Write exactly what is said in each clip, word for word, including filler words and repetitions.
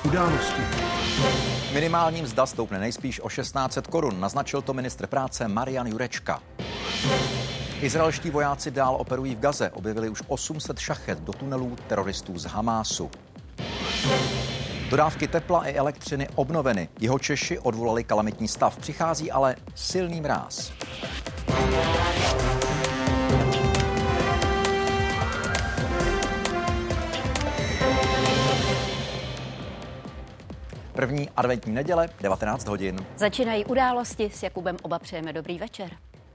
Události. Minimální mzda stoupne nejspíš o šestnáct set korun, naznačil to ministr práce Marian Jurečka. Izraelští vojáci dál operují v Gaze, objevili už osm set šachet do tunelů teroristů z Hamásu. Dodávky tepla i elektřiny obnoveny. Jihočeši odvolali kalamitní stav, přichází ale silný mráz. První adventní neděle, devatenáct hodin. Začínají Události, s Jakubem oba přejeme dobrý večer.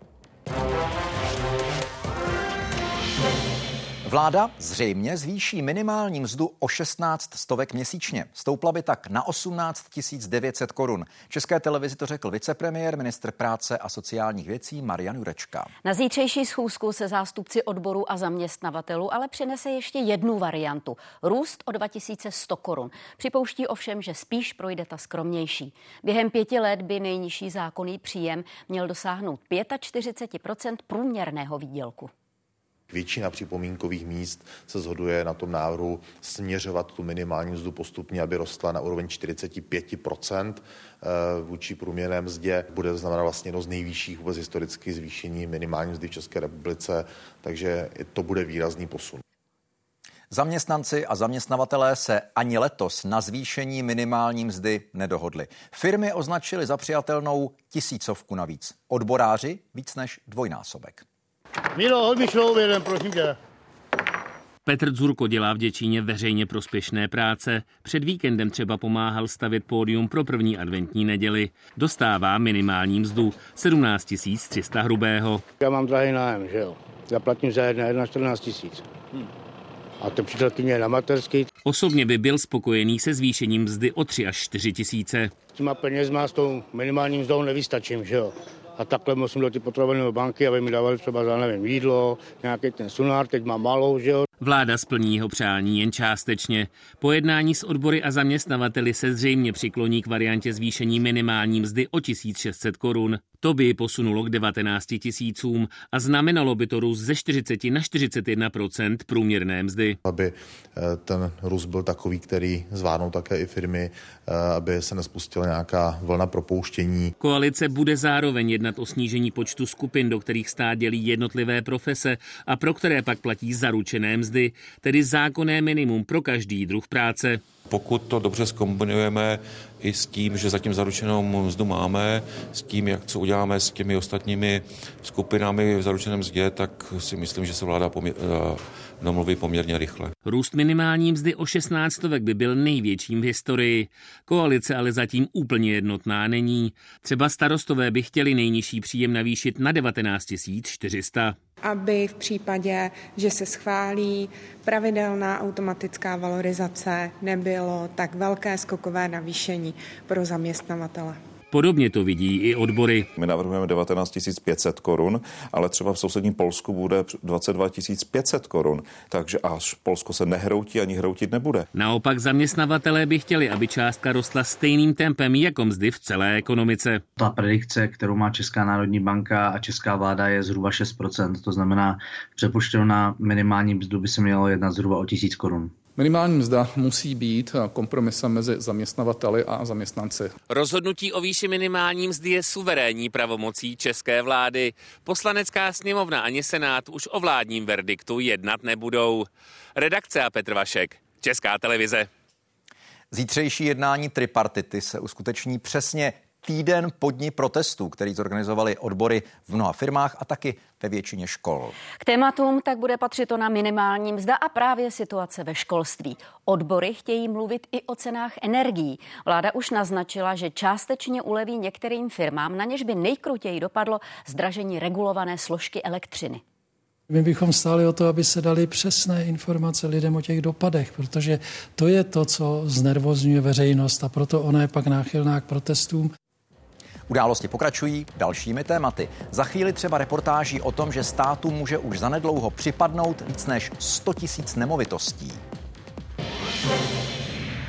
Vláda zřejmě zvýší minimální mzdu o šestnáct stovek měsíčně. Stoupla by tak na osmnáct tisíc devět set korun. České televizi to řekl vicepremiér, ministr práce a sociálních věcí Marian Jurečka. Na zítřejší schůzku se zástupci odborů a zaměstnavatelů ale přinese ještě jednu variantu. Růst o dva tisíce sto korun. Připouští ovšem, že spíš projde ta skromnější. Během pěti let by nejnižší zákonný příjem měl dosáhnout čtyřicet pět procent průměrného výdělku. Většina připomínkových míst se shoduje na tom návrhu směřovat tu minimální mzdu postupně, aby rostla na úroveň čtyřicet pět procent vůči průměrné mzdě. Bude to znamenat vlastně jedno z nejvyšších vůbec historicky zvýšení minimální mzdy v České republice, takže to bude výrazný posun. Zaměstnanci a zaměstnavatelé se ani letos na zvýšení minimální mzdy nedohodli. Firmy označily za přijatelnou tisícovku navíc. Odboráři víc než dvojnásobek. Milo, hoď mi šlouběrem, prosím tě. Petr Dzurko dělá v Děčíně veřejně prospěšné práce. Před víkendem třeba pomáhal stavět pódium pro první adventní neděli. Dostává minimální mzdu sedmnáct tisíc tři sta hrubého. Já mám drahý nájem, že jo. Zaplatím za jedna, jedna čtrnáct tisíc. Hm. A to přítelkyně je na mateřský. Osobně by byl spokojený se zvýšením mzdy o tři až čtyři tisíce. S těma penězma s tou minimální mzdou nevystačím, že jo. A takhle musím do ty potravinové banky, aby mi dávali třeba za nevím, jídlo, nějaký ten sunár, teď mám malou, že jo. Vláda splní jeho přání jen částečně. Po jednání s odbory a zaměstnavateli se zřejmě přikloní k variantě zvýšení minimální mzdy o tisíc šest set korun. To by ji posunulo k devatenácti tisícům a znamenalo by to růst ze čtyřicet na čtyřicet jedna procent průměrné mzdy. Aby ten růst byl takový, který zvládnou také i firmy, aby se nespustila nějaká vlna propouštění. Koalice bude zároveň jednat o snížení počtu skupin, do kterých stát dělí jednotlivé profese a pro které pak platí zaručené mzdy, tedy zákonné minimum pro každý druh práce. Pokud to dobře zkombinujeme i s tím, že zatím zaručenou mzdu máme, s tím, jak co uděláme s těmi ostatními skupinami v zaručeném mzdě, tak si myslím, že se vláda poměr, domluví poměrně rychle. Růst minimální mzdy o šestnáct stovek by byl největším v historii. Koalice ale zatím úplně jednotná není. Třeba Starostové by chtěli nejnižší příjem navýšit na devatenáct tisíc čtyři sta. Aby v případě, že se schválí pravidelná automatická valorizace, nebylo tak velké skokové navýšení pro zaměstnavatele. Podobně to vidí i odbory. My navrhujeme devatenáct tisíc pět set korun, ale třeba v sousedním Polsku bude dvacet dva tisíc pět set korun, takže až Polsko se nehroutí ani hroutit nebude. Naopak zaměstnavatelé by chtěli, aby částka rostla stejným tempem jako mzdy v celé ekonomice. Ta predikce, kterou má Česká národní banka a česká vláda, je zhruba šest procent, to znamená, přepočteno na minimální mzdu by se mělo jednat zhruba o tisíc korun. Minimální mzda musí být kompromisem mezi zaměstnavateli a zaměstnanci. Rozhodnutí o výši minimální mzdy je suverénní pravomocí české vlády. Poslanecká sněmovna ani Senát už o vládním verdiktu jednat nebudou. Redakce a Petr Vašek, Česká televize. Zítřejší jednání tripartity se uskuteční přesně týden po dni protestů, který zorganizovali odbory v mnoha firmách a taky ve většině škol. K tématům tak bude patřit ona minimální mzda a právě situace ve školství. Odbory chtějí mluvit i o cenách energií. Vláda už naznačila, že částečně uleví některým firmám, na něž by nejkrutěji dopadlo zdražení regulované složky elektřiny. My bychom stáli o to, aby se dali přesné informace lidem o těch dopadech, protože to je to, co znervozňuje veřejnost a proto ona je pak náchylná k protestům. Události pokračují dalšími tématy. Za chvíli třeba reportáží o tom, že státu může už zanedlouho připadnout víc než sto tisíc nemovitostí.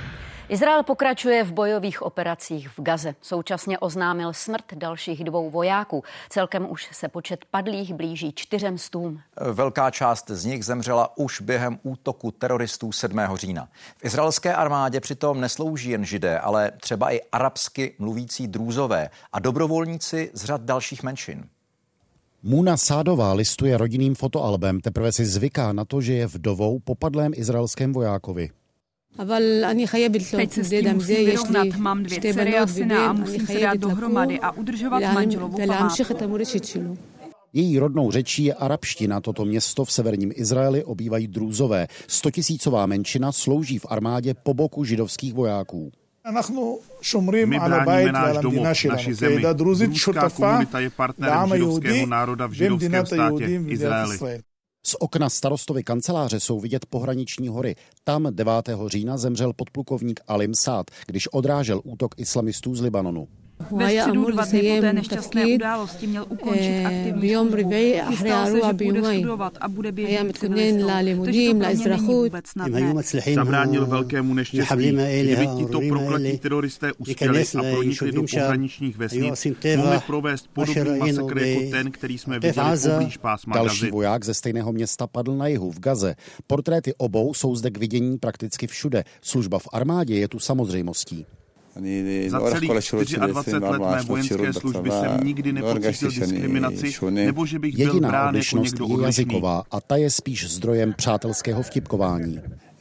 Izrael pokračuje v bojových operacích v Gaze. Současně oznámil smrt dalších dvou vojáků. Celkem už se počet padlých blíží čtyřem stům. Velká část z nich zemřela už během útoku teroristů sedmého října. V izraelské armádě přitom neslouží jen Židé, ale třeba i arabsky mluvící Drúzové a dobrovolníci z řad dalších menšin. Muna Sádová listuje rodinným fotoalbem. Teprve si zvyká na to, že je vdovou po padlém izraelském vojákovi. Teď se s tím musím vyrovnat. Mám dvě dcery a syna a musím se dát dohromady a udržovat manželovu památku. Její rodnou řečí je arabština. Toto město v severním Izraeli obývají Drúzové. Stotisícová menšina slouží v armádě po boku židovských vojáků. My bráníme náš domov, naši zemi. Drúzská komunita je partnerem židovského národa v židovském státě Izraeli. Z okna starostovy kanceláře jsou vidět pohraniční hory. Tam devátého října zemřel podplukovník Alim Saad, když odrážel útok islamistů z Libanonu. Ve středu dva dny po té nešťastné události měl ukončit aktivní službu. Chystal se, že bude studovat a bude běžný civilista. Takže to pro mě není vůbec snadné. Zabránil velkému neštěstí. Kdyby tito prokletí teroristé uspěli a pronikli do pohraničních vesnic, mohli provést podobný masakr jako ten, který jsme viděli poblíž pásma Gazy. Další voják ze stejného města padl na jihu v Gaze. Portréty obou jsou zde k vidění prakticky všude. Služba v armádě je tu samozřejmostí. Za celých dvacet čtyři let mé vojenské služby jsem nikdy nepocítil diskriminaci, nebo že bych byl brán jako někdo odlišný. Jazyková a ta je spíš zdrojem přátelského vtipkování.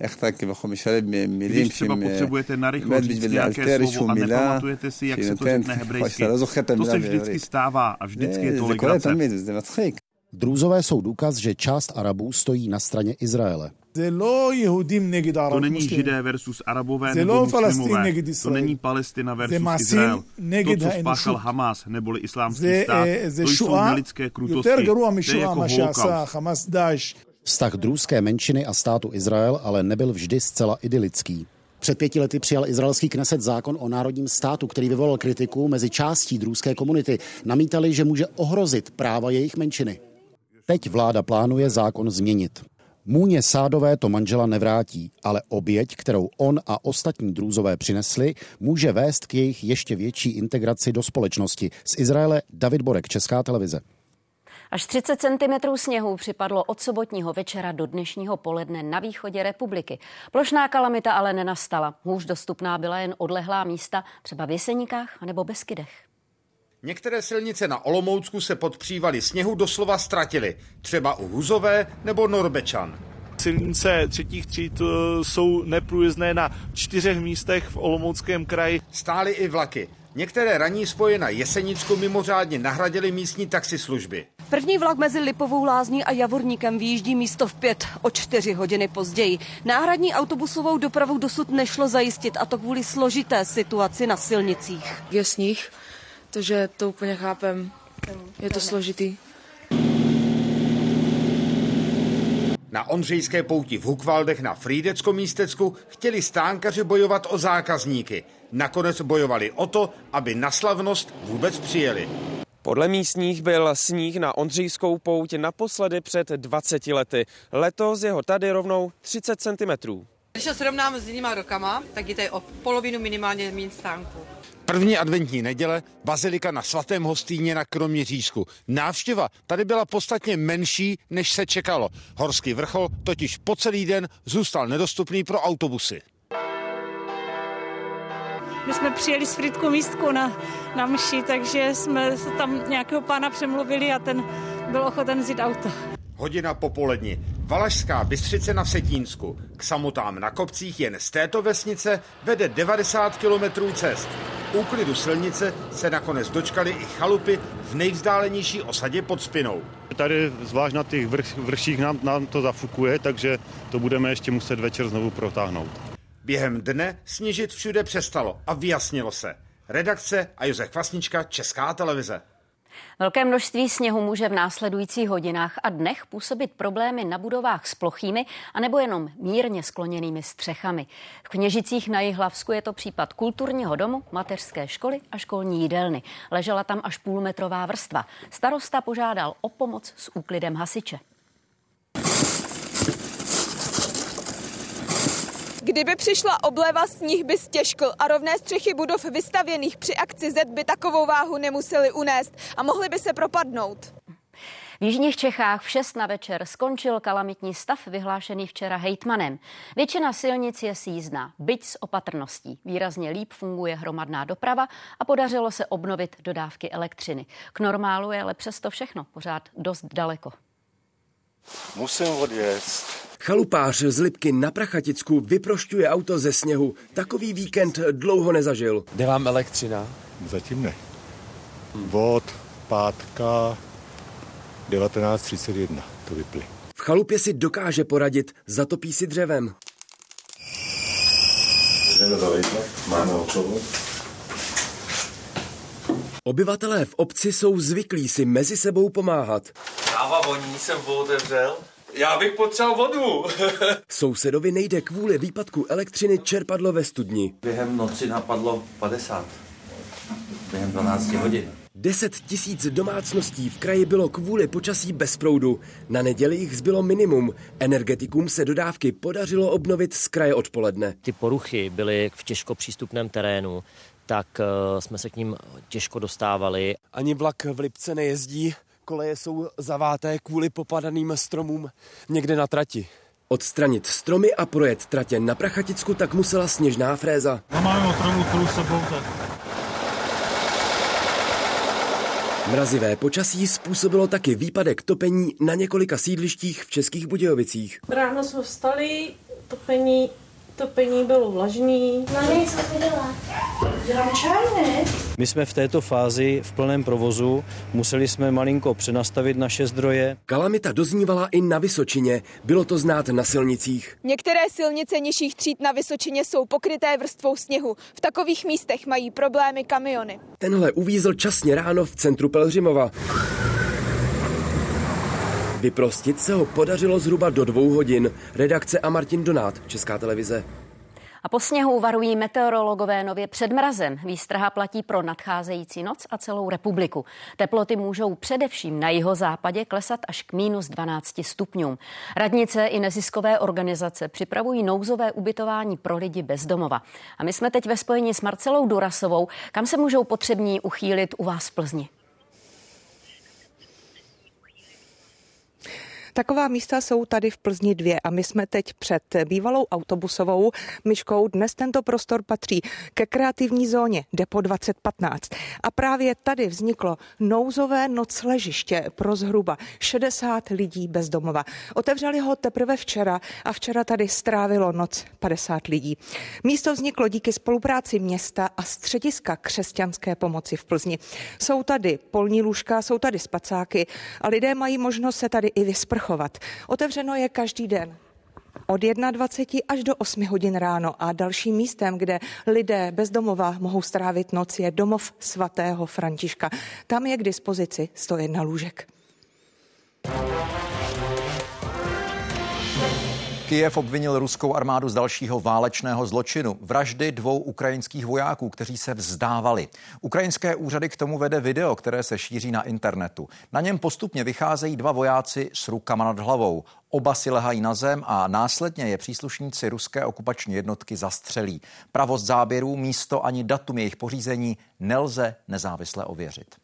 Když třeba potřebujete narychlo říct nějaké slovo a nepamatujete si, jak se to řekne hebrejsky, to se vždycky stává a vždycky je to legrace. Drúzové jsou důkaz, že část Arabů stojí na straně Izraele. To není Židé versus Arabové nebo muslimové. To není Palestina versus Izrael. To, co spáchal Hamas neboli islámský stát, to jsou nelidské krutosti. To je jako holokaust. Vztah drúzské menšiny a státu Izrael ale nebyl vždy zcela idylický. Před pěti lety přijal izraelský Kneset zákon o národním státu, který vyvolal kritiku mezi částí drúzské komunity. Namítali, že může ohrozit práva jejich menšiny. Teď vláda plánuje zákon změnit. Můně Sádové to manžela nevrátí, ale oběť, kterou on a ostatní Drúzové přinesli, může vést k jejich ještě větší integraci do společnosti. Z Izraele David Borek, Česká televize. Až třicet centimetrů sněhu připadlo od sobotního večera do dnešního poledne na východě republiky. Plošná kalamita ale nenastala. Hůř dostupná byla jen odlehlá místa, třeba v Jeseníkách nebo Beskydech. Některé silnice na Olomoucku se pod přívaly sněhu doslova ztratily, třeba u Huzové nebo Norbečan. Silnice třetích tříd jsou neprůjezdné na čtyřech místech v Olomouckém kraji. Stály i vlaky. Některé ranní spoje na Jesenicku mimořádně nahradily místní taxislužby. První vlak mezi Lipovou lázní a Javorníkem vyjíždí místo v pět, o čtyři hodiny později. Náhradní autobusovou dopravu dosud nešlo zajistit, a to kvůli složité situaci na silnicích. Je sníh, takže to úplně chápem. Je to složitý. Na Ondřejské pouti v Hukvaldech na Frýdecko-Místecku chtěli stánkaři bojovat o zákazníky. Nakonec bojovali o to, aby na slavnost vůbec přijeli. Podle místních byl sníh na Ondřejskou pouť naposledy před dvaceti lety. Letos je ho tady rovnou třicet centimetrů. Když to srovnám s jinýma rokama, tak je tady o polovinu minimálně méně stánků. První adventní neděle, bazilika na Svatém Hostýně na Kroměřížsku. Návštěva tady byla podstatně menší, než se čekalo. Horský vrchol totiž po celý den zůstal nedostupný pro autobusy. My jsme přijeli z Frýdku místku na, na mši, takže jsme tam nějakého pána přemluvili a ten byl ochoten vzít auto. Hodina popolední. Valašská Bystřice na Vsetínsku. K samotám na kopcích jen z této vesnice vede devadesát kilometrů cest. Úklidu silnice se nakonec dočkali i chalupy v nejvzdálenější osadě pod Spinou. Tady zvlášť na těch vrch, vrších nám, nám to zafukuje, takže to budeme ještě muset večer znovu protáhnout. Během dne sněžit všude přestalo a vyjasnilo se. Redakce a Josef Kvasnička, Česká televize. Velké množství sněhu může v následujících hodinách a dnech působit problémy na budovách s plochými anebo jenom mírně skloněnými střechami. V Kněžicích na Jihlavsku je to případ kulturního domu, mateřské školy a školní jídelny. Ležela tam až půlmetrová vrstva. Starosta požádal o pomoc s úklidem hasiče. Kdyby přišla obleva, sníh by stěžkl a rovné střechy budov vystavěných při akci Z by takovou váhu nemuseli unést a mohly by se propadnout. V jižních Čechách v šest na večer skončil kalamitní stav vyhlášený včera hejtmanem. Většina silnic je sjízdná, byť s opatrností. Výrazně líp funguje hromadná doprava a podařilo se obnovit dodávky elektřiny. K normálu je ale přesto všechno pořád dost daleko. Musím odjet. Chalupář z Lipky na Prachaticku vyprošťuje auto ze sněhu. Takový víkend dlouho nezažil. Jde vám elektřina? Zatím ne. Od pátka devatenáct třicet jedna to vyply. V chalupě si dokáže poradit, zatopí si dřevem. Jdeme za vejtle, máme hotovo. Obyvatelé v obci jsou zvyklí si mezi sebou pomáhat. Káva voní, jsem otevřel. Já bych potřeboval vodu. Sousedovi nejde kvůli výpadku elektřiny čerpadlo ve studni. Během noci napadlo padesát. Během dvanácti hodin. Deset tisíc domácností v kraji bylo kvůli počasí bez proudu. Na neděli jich zbylo minimum. Energetikům se dodávky podařilo obnovit z kraje odpoledne. Ty poruchy byly v těžko přístupném terénu, tak uh, jsme se k ním těžko dostávali. Ani vlak v Lipce nejezdí, koleje jsou zaváté kvůli popadaným stromům někde na trati. Odstranit stromy a projet tratě na Prachaticku tak musela sněžná fréza. No, máme opravdu prů sebou, tak. Mrazivé počasí způsobilo taky výpadek topení na několika sídlištích v Českých Budějovicích. Ráno jsme vstali, topení, topení bylo vlažný. Mami, co to dělá? Dělám čaj, ne? My jsme v této fázi v plném provozu, museli jsme malinko přenastavit naše zdroje. Kalamita doznívala i na Vysočině, bylo to znát na silnicích. Některé silnice nižších tříd na Vysočině jsou pokryté vrstvou sněhu. V takových místech mají problémy kamiony. Tenhle uvízl časně ráno v centru Pelhřimova. Vyprostit se ho podařilo zhruba do dvou hodin. Redakce a Martin Donát, Česká televize. A po sněhu varují meteorologové nově před mrazem. Výstraha platí pro nadcházející noc a celou republiku. Teploty můžou především na jihozápadě klesat až k mínus dvanácti stupňům. Radnice i neziskové organizace připravují nouzové ubytování pro lidi bez domova. A my jsme teď ve spojení s Marcelou Durasovou, kam se můžou potřební uchýlit u vás v Plzni. Taková místa jsou tady v Plzni dvě a my jsme teď před bývalou autobusovou myškou. Dnes tento prostor patří ke kreativní zóně Depo dvacet patnáct. A právě tady vzniklo nouzové nocležiště pro zhruba šedesát lidí bez domova. Otevřeli ho teprve včera a včera tady strávilo noc padesát lidí. Místo vzniklo díky spolupráci města a střediska křesťanské pomoci v Plzni. Jsou tady polní lůžka, jsou tady spacáky a lidé mají možnost se tady i vysprchovat. Otevřeno je každý den od dvaceti jedna až do osmi hodin ráno a dalším místem, kde lidé bez domova mohou strávit noc, je domov svatého Františka. Tam je k dispozici sto jedna lůžek. Kyjev obvinil ruskou armádu z dalšího válečného zločinu, vraždy dvou ukrajinských vojáků, kteří se vzdávali. Ukrajinské úřady k tomu vede video, které se šíří na internetu. Na něm postupně vycházejí dva vojáci s rukama nad hlavou. Oba si lehají na zem a následně je příslušníci ruské okupační jednotky zastřelí. Pravost záběrů, místo ani datum jejich pořízení nelze nezávisle ověřit.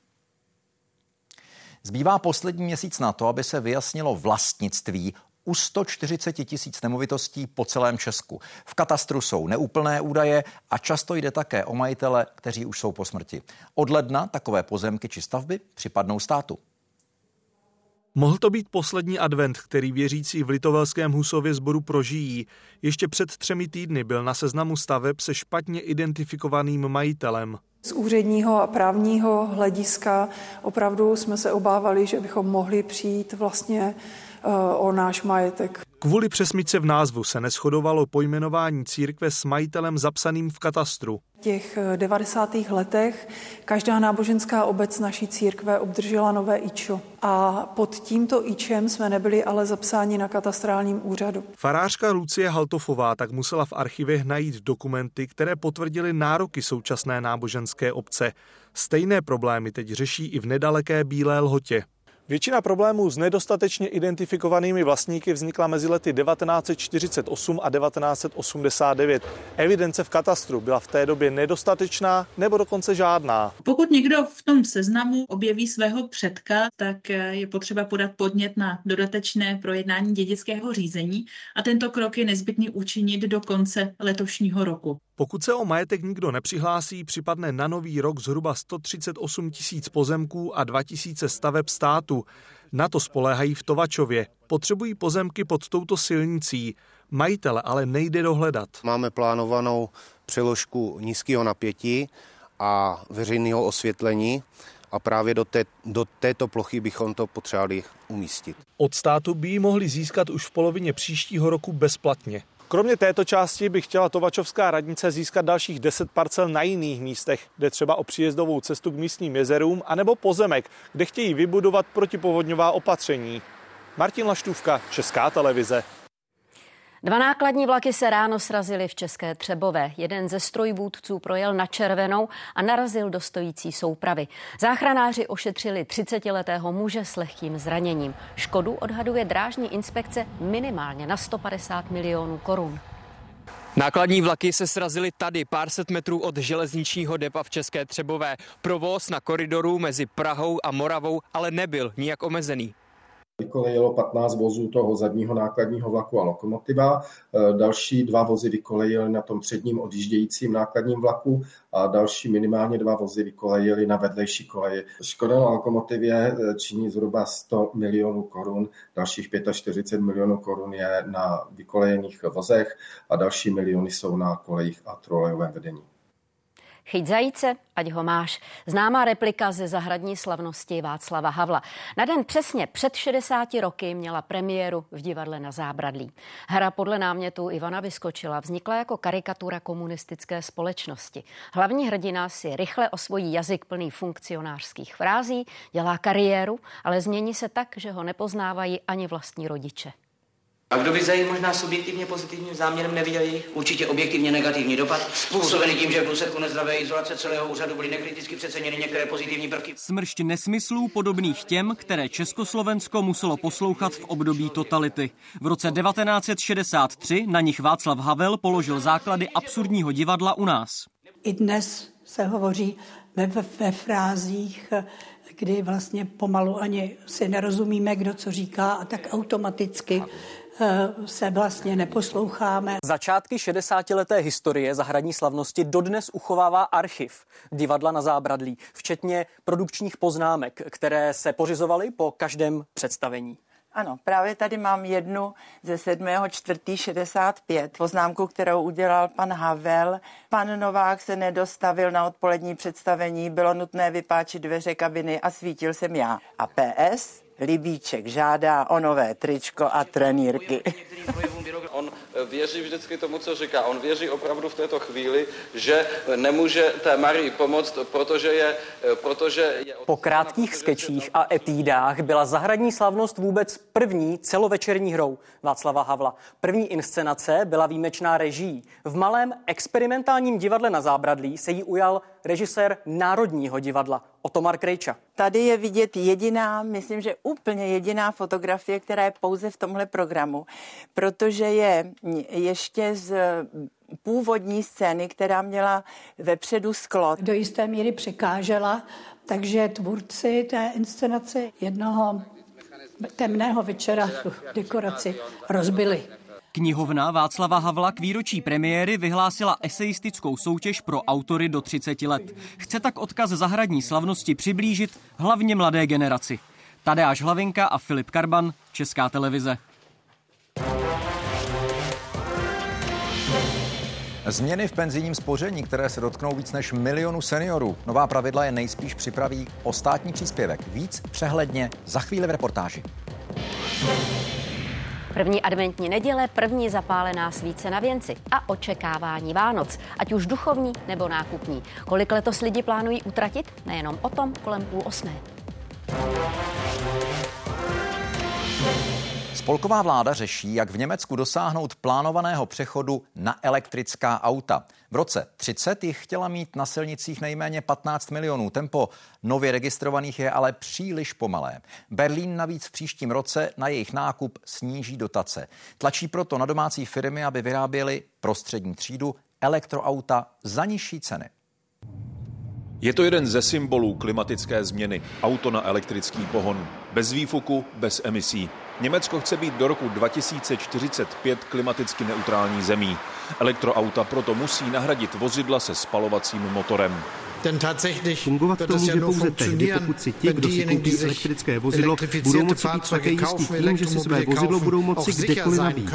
Zbývá poslední měsíc na to, aby se vyjasnilo vlastnictví u sto čtyřicet tisíc nemovitostí po celém Česku. V katastru jsou neúplné údaje a často jde také o majitele, kteří už jsou po smrti. Od ledna takové pozemky či stavby připadnou státu. Mohl to být poslední advent, který věřící v Litovelském Husově sboru prožijí. Ještě před třemi týdny byl na seznamu staveb se špatně identifikovaným majitelem. Z úředního a právního hlediska opravdu jsme se obávali, že bychom mohli přijít vlastně o náš majetek. Kvůli přesmyčce v názvu se neshodovalo pojmenování církve s majitelem zapsaným v katastru. V těch devadesátých letech každá náboženská obec naší církve obdržela nové ičo a pod tímto ičem jsme nebyli ale zapsáni na katastrálním úřadu. Farářka Lucie Haltofová tak musela v archivech najít dokumenty, které potvrdily nároky současné náboženské obce. Stejné problémy teď řeší i v nedaleké Bílé Lhotě. Většina problémů s nedostatečně identifikovanými vlastníky vznikla mezi lety devatenáct set čtyřicet osm a devatenáct set osmdesát devět. Evidence v katastru byla v té době nedostatečná nebo dokonce žádná. Pokud někdo v tom seznamu objeví svého předka, tak je potřeba podat podnět na dodatečné projednání dědického řízení a tento krok je nezbytný učinit do konce letošního roku. Pokud se o majetek nikdo nepřihlásí, připadne na nový rok zhruba sto třicet osm tisíc pozemků a dva tisíce staveb státu. Na to spoléhají v Tovačově. Potřebují pozemky pod touto silnicí. Majitele ale nejde dohledat. Máme plánovanou přeložku nízkého napětí a veřejného osvětlení a právě do, té, do této plochy bychom to potřebovali umístit. Od státu by ji mohli získat už v polovině příštího roku bezplatně. Kromě této části by chtěla Tovačovská radnice získat dalších deset parcel na jiných místech, kde třeba o příjezdovou cestu k místním jezerům, anebo pozemek, kde chtějí vybudovat protipovodňová opatření. Martin Laštůvka, Česká televize. Dva nákladní vlaky se ráno srazily v České Třebové. Jeden ze strojvůdců projel na červenou a narazil do stojící soupravy. Záchranáři ošetřili třicetiletého muže s lehkým zraněním. Škodu odhaduje drážní inspekce minimálně na sto padesát milionů korun. Nákladní vlaky se srazily tady, pár set metrů od železničního depa v České Třebové. Provoz na koridoru mezi Prahou a Moravou ale nebyl nijak omezený. Vykolejilo patnáct vozů toho zadního nákladního vlaku a lokomotiva. Další dva vozy vykolejily na tom předním odjíždějícím nákladním vlaku a další minimálně dva vozy vykolejily na vedlejší koleji. Škoda na lokomotivě činí zhruba sto milionů korun, dalších čtyřicet pět milionů korun je na vykolejených vozech a další miliony jsou na kolejích a trolejovém vedení. Chyť zajíce, ať ho máš. Známá replika ze zahradní slavnosti Václava Havla. Na den přesně před šedesáti roky měla premiéru v divadle Na Zábradlí. Hra podle námětu Ivana Vyskočila vznikla jako karikatura komunistické společnosti. Hlavní hrdina si rychle osvojí jazyk plný funkcionářských frází, dělá kariéru, ale změní se tak, že ho nepoznávají ani vlastní rodiče. A kdo by za jejich možná subjektivně pozitivním záměrem neviděl jejich určitě objektivně negativní dopad, způsobený tím, že v důsledku nezdravé izolace celého úřadu byly nekriticky přeceněny některé pozitivní prvky. Smršť nesmyslů podobných těm, které Československo muselo poslouchat v období totality. V roce devatenáct set šedesát tři na nich Václav Havel položil základy absurdního divadla u nás. I dnes se hovoří ve, ve frázích, kdy vlastně pomalu ani si nerozumíme, kdo co říká, a tak automaticky se vlastně neposloucháme. Začátky šedesátileté historie zahradní slavnosti dodnes uchovává archiv divadla Na Zábradlí, včetně produkčních poznámek, které se pořizovaly po každém představení. Ano, právě tady mám jednu ze sedmého čtvrtého šedesát pět, poznámku, kterou udělal pan Havel. Pan Novák se nedostavil na odpolední představení, bylo nutné vypáčit dveře kabiny a svítil jsem já. A P S Libíček žádá o nové tričko a trenýrky. On věří vždycky tomu, co říká. On věří opravdu v této chvíli, že nemůže té Marii pomoct, protože je... Protože je... Po krátkých skečích a etídách byla zahradní slavnost vůbec první celovečerní hrou Václava Havla. První inscenace byla výjimečná režií. V malém experimentálním divadle Na Zábradlí se jí ujal režisér Národního divadla Otomar Krejča. Tady je vidět jediná, myslím, že úplně jediná fotografie, která je pouze v tomhle programu, protože je ještě z původní scény, která měla vepředu sklo. Do jisté míry překážela, takže tvůrci té inscenace jednoho temného večera v dekoraci rozbili. Knihovna Václava Havla k výročí premiéry vyhlásila eseistickou soutěž pro autory do třiceti let. Chce tak odkaz zahradní slavnosti přiblížit hlavně mladé generaci. Tadeáš Hlavinka a Filip Karban, Česká televize. Změny v penzijním spoření, které se dotknou víc než milionu seniorů. Nová pravidla je nejspíš připraví o státní příspěvek. Víc přehledně za chvíli v reportáži. První adventní neděle, první zapálená svíce na věnci a očekávání Vánoc, ať už duchovní nebo nákupní. Kolik letos lidi plánují utratit? Nejenom o tom kolem půl osmé. Spolková vláda řeší, jak v Německu dosáhnout plánovaného přechodu na elektrická auta. V roce třicet jich chtěla mít na silnicích nejméně patnáct milionů. Tempo nově registrovaných je ale příliš pomalé. Berlín navíc v příštím roce na jejich nákup sníží dotace. Tlačí proto na domácí firmy, aby vyráběly pro střední třídu elektroauta za nižší ceny. Je to jeden ze symbolů klimatické změny. Auto na elektrický pohon. Bez výfuku, bez emisí. Německo chce být do roku dva tisíce čtyřicet pět klimaticky neutrální zemí. Elektroauta proto musí nahradit vozidla se spalovacím motorem. Fungovat to může pouze tehdy, pokud si ti, kdo si koupí elektrické vozidlo, budou moci být také jistí tím, že si své vozidlo budou moci kdekoliv nabít.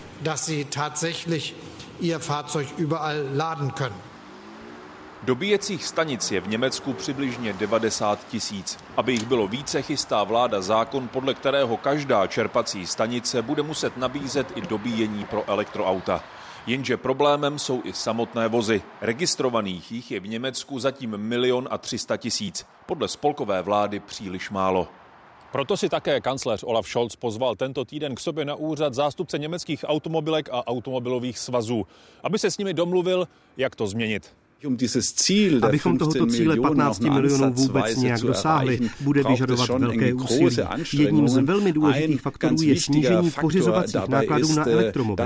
Dobíjecích stanic je v Německu přibližně devadesát tisíc. Aby jich bylo více, chystá vláda zákon, podle kterého každá čerpací stanice bude muset nabízet i dobíjení pro elektroauta. Jenže problémem jsou i samotné vozy. Registrovaných jich je v Německu zatím milion a tři sta tisíc. Podle spolkové vlády příliš málo. Proto si také kancléř Olaf Scholz pozval tento týden k sobě na úřad zástupce německých automobilek a automobilových svazů, aby se s nimi domluvil, jak to změnit. Abychom tohoto cíle patnácti milionů vůbec nějak dosáhli, bude vyžadovat velké úsilí. Jedním z velmi důležitých faktorů je snížení pořizovacích nákladů na elektromobil.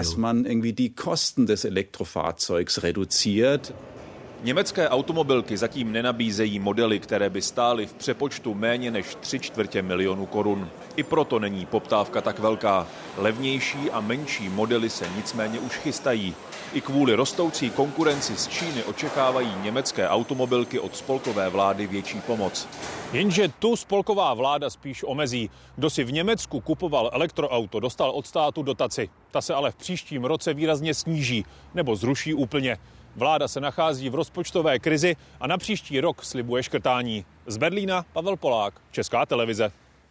Německé automobilky zatím nenabízejí modely, které by stály v přepočtu méně než tři čtvrtě milionu korun. I proto není poptávka tak velká. Levnější a menší modely se nicméně už chystají. I kvůli rostoucí konkurenci z Číny očekávají německé automobilky od spolkové vlády větší pomoc. Jenže tu spolková vláda spíš omezí. Kdo si v Německu kupoval elektroauto, dostal od státu dotaci. Ta se ale v příštím roce výrazně sníží nebo zruší úplně. Vláda se nachází v rozpočtové krizi a na příští rok slibuje škrtání. Z Berlína Pavel Polák, Česká televize.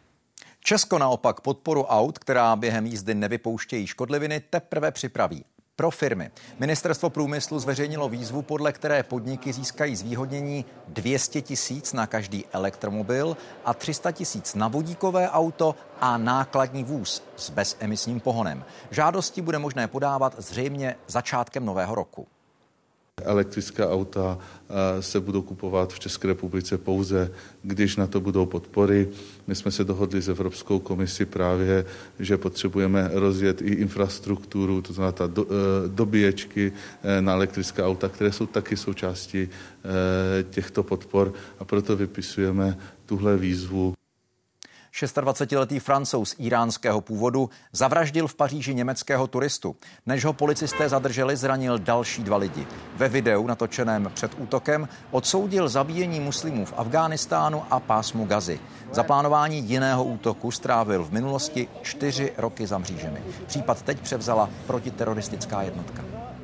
Česko naopak podporu aut, která během jízdy nevypouštějí škodliviny, teprve připraví. Pro firmy. Ministerstvo průmyslu zveřejnilo výzvu, podle které podniky získají zvýhodnění dvě stě tisíc na každý elektromobil a tři sta tisíc na vodíkové auto a nákladní vůz s bezemisním pohonem. Žádosti bude možné podávat zřejmě začátkem nového roku. Elektrická auta se budou kupovat v České republice pouze, když na to budou podpory. My jsme se dohodli s Evropskou komisí právě, že potřebujeme rozjet i infrastrukturu, to znamená ta do, dobíječky na elektrická auta, které jsou taky součástí těchto podpor a proto vypisujeme tuhle výzvu. dvacetišestiletý Francouz iránského původu zavraždil v Paříži německého turistu. Než ho policisté zadrželi, zranil další dva lidi. Ve videu natočeném před útokem odsoudil zabíjení muslimů v Afghánistánu a pásmu Gazy. Za plánování jiného útoku strávil v minulosti čtyři roky za mřížemi. Případ teď převzala protiteroristická jednotka.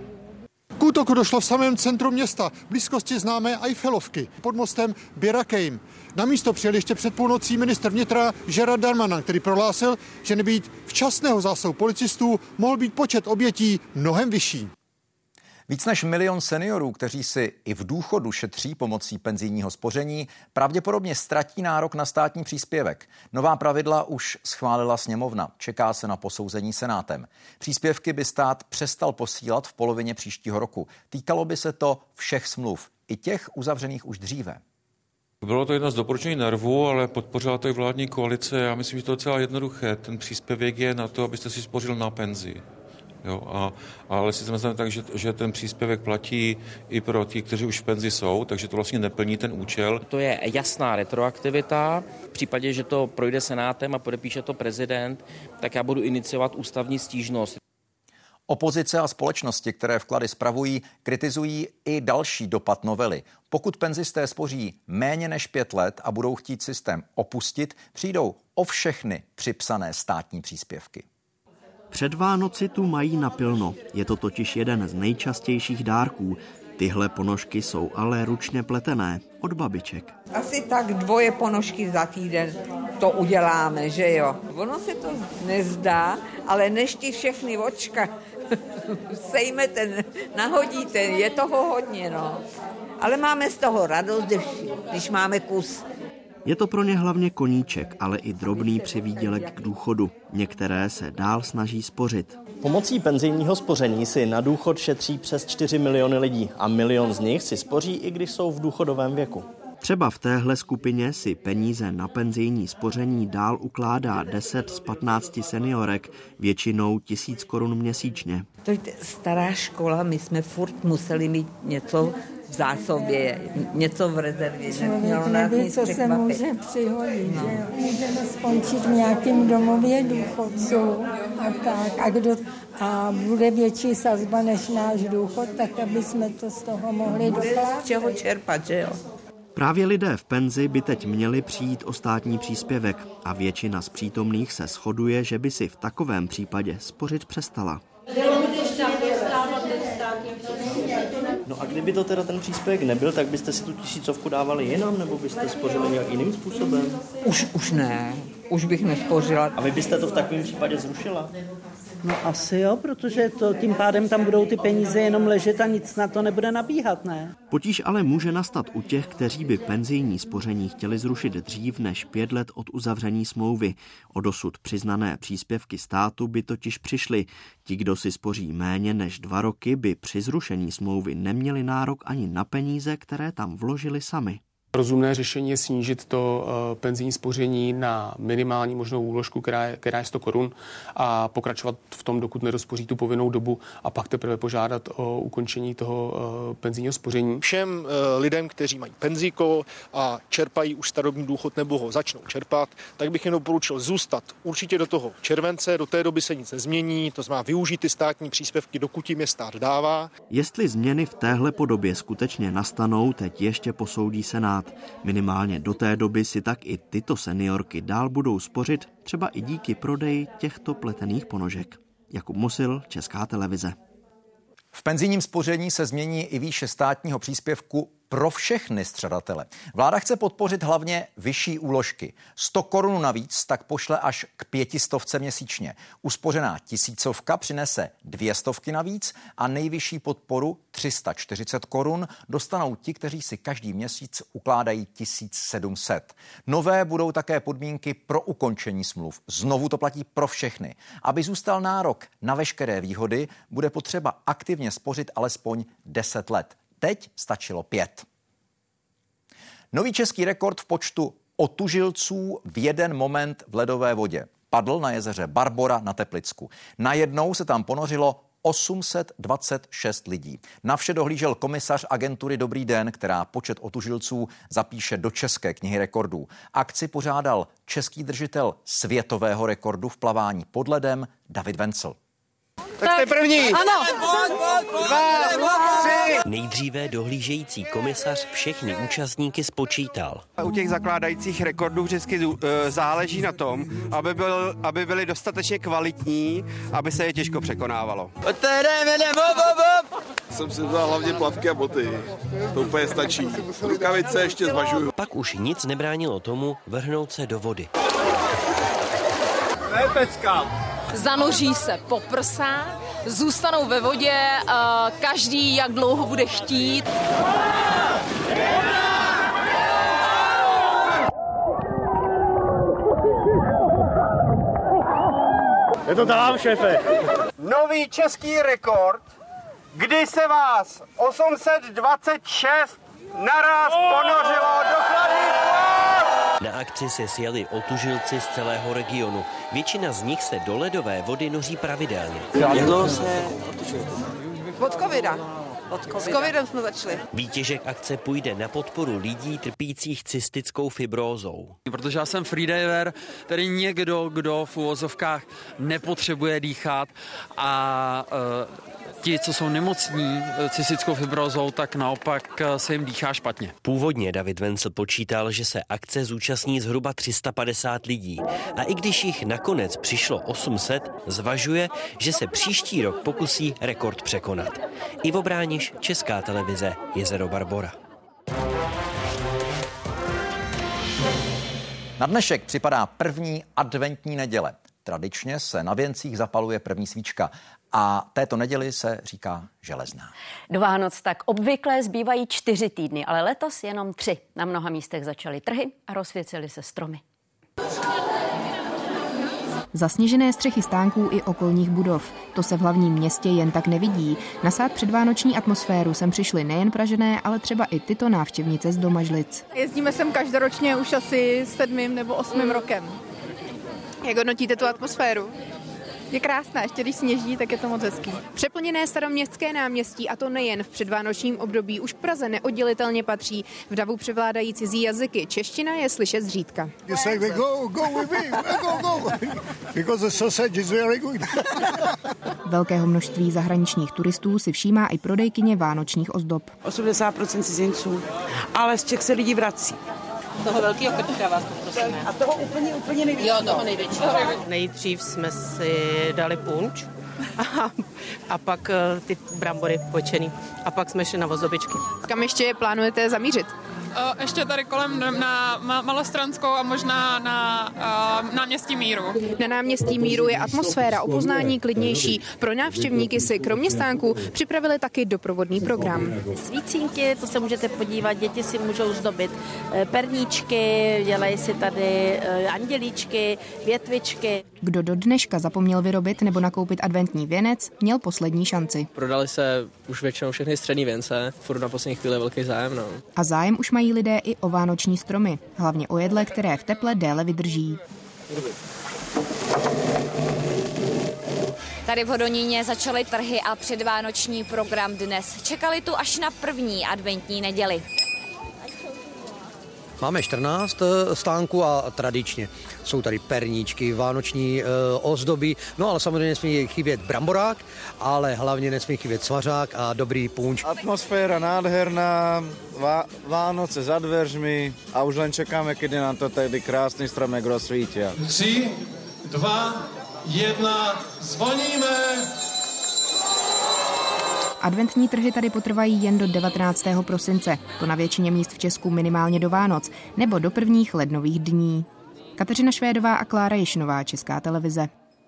K útoku došlo v samém centru města, v blízkosti známé Eiffelovky, pod mostem Bir Hakeim. Na místo přijel ještě před půlnocí ministr vnitra Gerard Darmanin, který prohlásil, že nebýt včasného zásahu policistů mohl být počet obětí mnohem vyšší. Víc než milion seniorů, kteří si i v důchodu šetří pomocí penzijního spoření, pravděpodobně ztratí nárok na státní příspěvek. Nová pravidla už schválila sněmovna. Čeká se na posouzení senátem. Příspěvky by stát přestal posílat v polovině příštího roku. Týkalo by se to všech smluv, i těch uzavřených už dříve. Bylo to jedno z doporučení NERVu, ale podpořila to i vládní koalice. Já myslím, že to je docela jednoduché. Ten příspěvek je na to, abyste si spořil na penzi. Jo, a, ale si myslím tak, že, že ten příspěvek platí i pro ty, kteří už v penzi jsou, takže to vlastně neplní ten účel. To je jasná retroaktivita. V případě, že to projde senátem a podepíše to prezident, tak já budu iniciovat ústavní stížnost. Opozice a společnosti, které vklady spravují, kritizují i další dopad novely. Pokud penzisté spoří méně než pět let a budou chtít systém opustit, přijdou o všechny připsané státní příspěvky. Před Vánoci tu mají napilno. Je to totiž jeden z nejčastějších dárků. Tyhle ponožky jsou ale ručně pletené od babiček. Asi tak dvoje ponožky za týden to uděláme, že jo? Ono se to nezdá, ale než ti všechny očka sejmete, nahodíte, je toho hodně, no. Ale máme z toho radost, když, když máme kus. Je to pro ně hlavně koníček, ale i drobný přivýdělek k důchodu. Některé se dál snaží spořit. Pomocí penzijního spoření si na důchod šetří přes čtyři miliony lidí a milion z nich si spoří, i když jsou v důchodovém věku. Třeba v téhle skupině si peníze na penzijní spoření dál ukládá deset z patnácti seniorek, většinou tisíc korun měsíčně. To je stará škola, my jsme furt museli mít něco v zásobě, něco v rezervě. Člověk neví, co se může přihodit, no. Že jo? Můžeme skončit v nějakém domově důchodců a tak. A, kdo, a bude větší sazba než náš důchod, tak aby jsme to z toho mohli dokládat. Z čeho čerpat, že jo? Právě lidé v penzi by teď měli přijít o státní příspěvek a většina z přítomných se shoduje, že by si v takovém případě spořit přestala. No a kdyby to teda ten příspěvek nebyl, tak byste si tu tisícovku dávali jinam, nebo byste spořili nějak jiným způsobem? Už, už ne, už bych nespořila. A vy byste to v takovém případě zrušila? No asi jo, protože to, tím pádem tam budou ty peníze jenom ležet a nic na to nebude nabíhat, ne? Potíž ale může nastat u těch, kteří by penzijní spoření chtěli zrušit dřív než pět let od uzavření smlouvy. O dosud přiznané příspěvky státu by totiž přišly. Ti, kdo si spoří méně než dva roky, by při zrušení smlouvy neměli nárok ani na peníze, které tam vložili sami. Rozumné řešení je snížit to uh, penzijní spoření na minimální možnou úložku, která je, která je sto korun a pokračovat v tom, dokud nedospoří tu povinnou dobu a pak teprve požádat o ukončení toho uh, penzijního spoření. Všem uh, lidem, kteří mají penzíko a čerpají už starobní důchod nebo ho začnou čerpat, tak bych jen doporučil zůstat určitě do toho července, do té doby se nic nezmění, to znamená využít ty státní příspěvky, dokud jim je stát dává. Jestli změny v téhle podobě skutečně nastanou, teď ještě posoudí Senát. Minimálně do té doby si tak i tyto seniorky dál budou spořit, třeba i díky prodeji těchto pletených ponožek. Jakub Musil, Česká televize. V penzijním spoření se změní i výše státního příspěvku pro všechny střadatele. Vláda chce podpořit hlavně vyšší úložky. sto korun navíc tak pošle až k pětistovce měsíčně. Uspořená tisícovka přinese dvě stovky navíc a nejvyšší podporu tři sta čtyřicet korun dostanou ti, kteří si každý měsíc ukládají tisíc sedm set. Nové budou také podmínky pro ukončení smluv. Znovu to platí pro všechny. Aby zůstal nárok na veškeré výhody, bude potřeba aktivně spořit alespoň deset let. Teď stačilo pět. Nový český rekord v počtu otužilců v jeden moment v ledové vodě padl na jezeře Barbora na Teplicku. Najednou se tam ponořilo osm set dvacet šest lidí. Na vše dohlížel komisař agentury Dobrý den, která počet otužilců zapíše do České knihy rekordů. Akci pořádal český držitel světového rekordu v plavání pod ledem David Vencel. Tak jste první. Ano. Dva, tři. Nejdříve dohlížející komisař všechny účastníky spočítal. U těch zakládajících rekordů vždycky záleží na tom, aby, byl, aby byly dostatečně kvalitní, aby se je těžko překonávalo. Jsem si vzal hlavně plavky a boty. To úplně stačí. Rukavice ještě zvažuju. Pak už nic nebránilo tomu vrhnout se do vody. Ne, pecka. Zanoří se po prsa, zůstanou ve vodě, každý jak dlouho bude chtít. Je to tam, šéfe. Nový český rekord, kdy se vás osm set dvacet šest naraz ponořilo do chladných vod. Na akci se sjeli otužilci z celého regionu. Většina z nich se do ledové vody noří pravidelně. Jak dlouho se Od covida. Od covida. S covidem jsme začali. Výtěžek akce půjde na podporu lidí trpících cystickou fibrózou. Protože já jsem freediver, tedy někdo, kdo v uvozovkách nepotřebuje dýchat a uh, ti, co jsou nemocní cystickou fibrózou, tak naopak se jim dýchá špatně. Původně David Vencel počítal, že se akce zúčastní zhruba tři sta padesát lidí. A i když jich nakonec přišlo osm set, zvažuje, že se příští rok pokusí rekord překonat. Ivo Brániš, Česká televize, jezero Barbora. Na dnešek připadá první adventní neděle. Tradičně se na věncích zapaluje první svíčka a této neděli se říká železná. Do Vánoc tak obvykle zbývají čtyři týdny, ale letos jenom tři. Na mnoha místech začaly trhy a rozsvěcily se stromy. Zasněžené střechy stánků i okolních budov. To se v hlavním městě jen tak nevidí. Nasát předvánoční atmosféru sem přišly nejen Pražané, ale třeba i tyto návštěvnice z Domažlic. Jezdíme sem každoročně už asi sedmým nebo osmým rokem. Jak hodnotíte tu atmosféru? Je krásná, ještě když sněží, tak je to moc hezký. Přeplněné staroměstské náměstí, a to nejen v předvánočním období, už Praze neoddělitelně patří. V davu převládají cizí jazyky. Čeština je slyšet zřídka. Velkého množství zahraničních turistů si všímá i prodejkyně vánočních ozdob. osmdesát procent cizinců, ale z Čech se lidi vrací. Toho velkého krtka vás poprosíme. A toho úplně, úplně největší. Jo, toho největšího. Nejdřív jsme si dali punč a, a pak ty brambory pečený. A pak jsme šli na ozdobičky. Kam ještě plánujete zamířit? O, ještě tady kolem na Malostranskou a možná na uh, náměstí Míru. Na náměstí Míru je atmosféra o poznání klidnější. Pro návštěvníky si kromě stánků připravili taky doprovodný program. Svícínky, to se můžete podívat, děti si můžou zdobit perníčky, dělají si tady andělíčky, větvičky. Kdo do dneška zapomněl vyrobit nebo nakoupit adventní věnec, měl poslední šanci. Prodali se už většinou všechny střední věnce, furt na poslední chvíli velký zájem. No. A zájem už mají lidé i o vánoční stromy, hlavně o jedle, které v teple déle vydrží. Tady v Hodoníně začaly trhy a předvánoční program dnes. Čekali tu až na první adventní neděli. Máme čtrnáct stánků a tradičně jsou tady perníčky, vánoční e, ozdoby, no ale samozřejmě nesmí chybět bramborák, ale hlavně nesmí chybět svařák a dobrý punč. Atmosféra nádherná, Vá- Vánoce za dveřmi a už len čekáme, kedy nám to tady krásný stromek rozsvítí. Tři, dva, jedna, zvoníme! Adventní trhy tady potrvají jen do devatenáctého prosince, to na většině míst v Česku minimálně do Vánoc, nebo do prvních lednových dní. Kateřina Švédová a Klára Jišnová, Česká televize.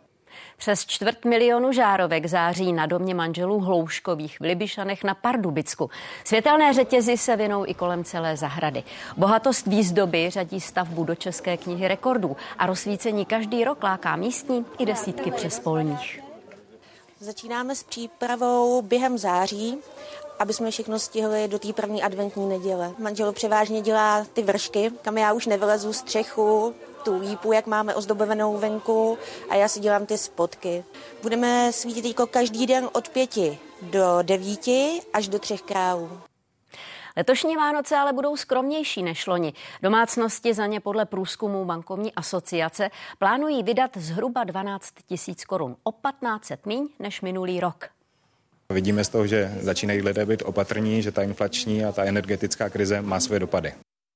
Přes čtvrt milionu žárovek září na domě manželů Hlouškových v Libyšanech na Pardubicku. Světelné řetězy se vinou i kolem celé zahrady. Bohatost výzdoby řadí stavbu do České knihy rekordů a rozsvícení každý rok láká místní i desítky přespolních. Začínáme s přípravou během září, aby jsme všechno stihli do té první adventní neděle. Manžel převážně dělá ty vršky, kam já už nevylezu, střechu, tu lípu, jak máme ozdobenou venku, a já si dělám ty spotky. Budeme svítit jako každý den od pěti do devíti až do třech králů. Letošní Vánoce ale budou skromnější než loni. Domácnosti za ně podle průzkumu bankovní asociace plánují vydat zhruba dvanáct tisíc korun, o patnáct set míň než minulý rok. Vidíme z toho, že začínají lidé být opatrní, že ta inflační a ta energetická krize má své dopady.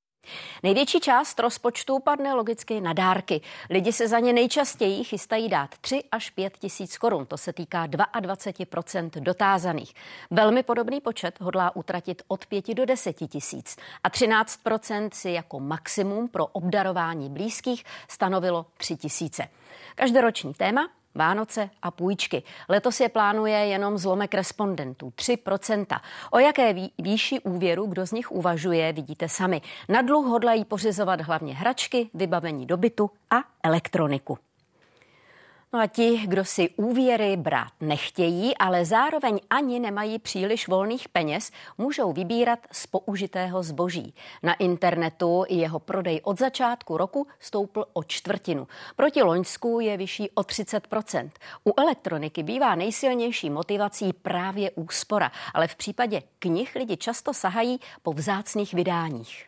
Největší část rozpočtu padne logicky na dárky. Lidi se za ně nejčastěji chystají dát tři až pět tisíc korun. To se týká dvacet dva procent dotázaných. Velmi podobný počet hodlá utratit od pěti do deseti tisíc. A třináct procent si jako maximum pro obdarování blízkých stanovilo tři tisíce. Každoroční téma? Vánoce a půjčky. Letos je plánuje jenom zlomek respondentů, tři procenta. O jaké výši úvěru kdo z nich uvažuje, vidíte sami. Na dluh hodlají pořizovat hlavně hračky, vybavení do bytu a elektroniku. No a ti, kdo si úvěry brát nechtějí, ale zároveň ani nemají příliš volných peněz, můžou vybírat z použitého zboží. Na internetu jeho prodej od začátku roku stoupl o čtvrtinu. Proti loňsku je vyšší o třicet procent. U elektroniky bývá nejsilnější motivací právě úspora, ale v případě knih lidi často sahají po vzácných vydáních.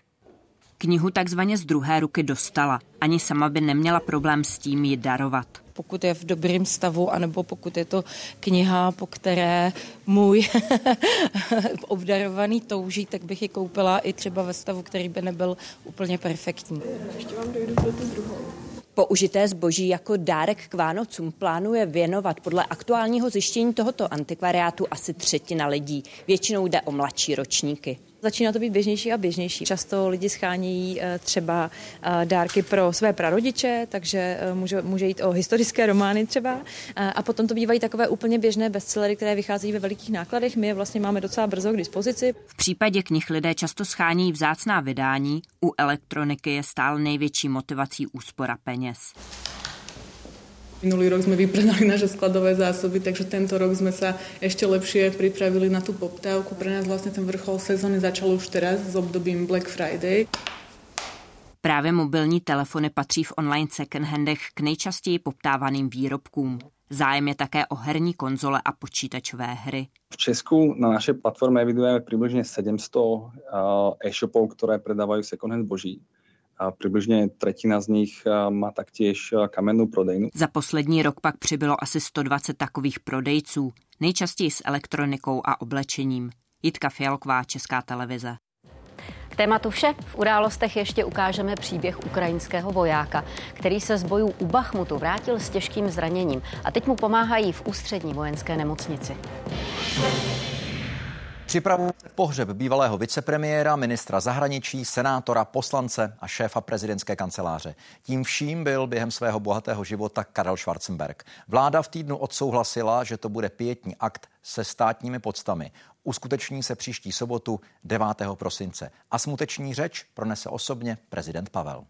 Knihu takzvaně z druhé ruky dostala. Ani sama by neměla problém s tím ji darovat. Pokud je v dobrém stavu, anebo pokud je to kniha, po které můj obdarovaný touží, tak bych ji koupila i třeba ve stavu, který by nebyl úplně perfektní. Ještě vám dojdu do tu druhou. Použité zboží jako dárek k Vánocům plánuje věnovat podle aktuálního zjištění tohoto antikvariátu asi třetina lidí. Většinou jde o mladší ročníky. Začíná to být běžnější a běžnější. Často lidi schánějí třeba dárky pro své prarodiče, takže může, může jít o historické romány třeba. A potom to bývají takové úplně běžné bestsellery, které vycházejí ve velikých nákladech. My je vlastně máme docela brzo k dispozici. V případě knih lidé často schánějí vzácná vydání, u elektroniky je stále největší motivací úspora peněz. Minulý rok sme vypredali naše skladové zásoby, takže tento rok sme sa ešte lepšie pripravili na tú poptávku. Pre nás vlastne ten vrchol sezóny začal už teraz s obdobím Black Friday. Právě mobilní telefony patří v online second-handech k nejčastěji poptávaným výrobkům. Zájem je také o herní konzole a počítačové hry. V Česku na našej platforme evidujeme približne sedemsto e-shopov, ktoré predávajú second-hand zboží. A přibližně tretina z nich má taktěž kamennou prodejnu. Za poslední rok pak přibylo asi sto dvacet takových prodejců, nejčastěji s elektronikou a oblečením. Jitka Fialková, Česká televize. K tématu vše. V Událostech ještě ukážeme příběh ukrajinského vojáka, který se z bojů u Bachmutu vrátil s těžkým zraněním a teď mu pomáhají v ústřední vojenské nemocnici. Připravuje pohřeb bývalého vicepremiéra, ministra zahraničí, senátora, poslance a šéfa prezidentské kanceláře. Tím vším byl během svého bohatého života Karel Schwarzenberg. Vláda v týdnu odsouhlasila, že to bude pietní akt se státními poctami. Uskuteční se příští sobotu devátého prosince. A smuteční řeč pronese osobně prezident Pavel.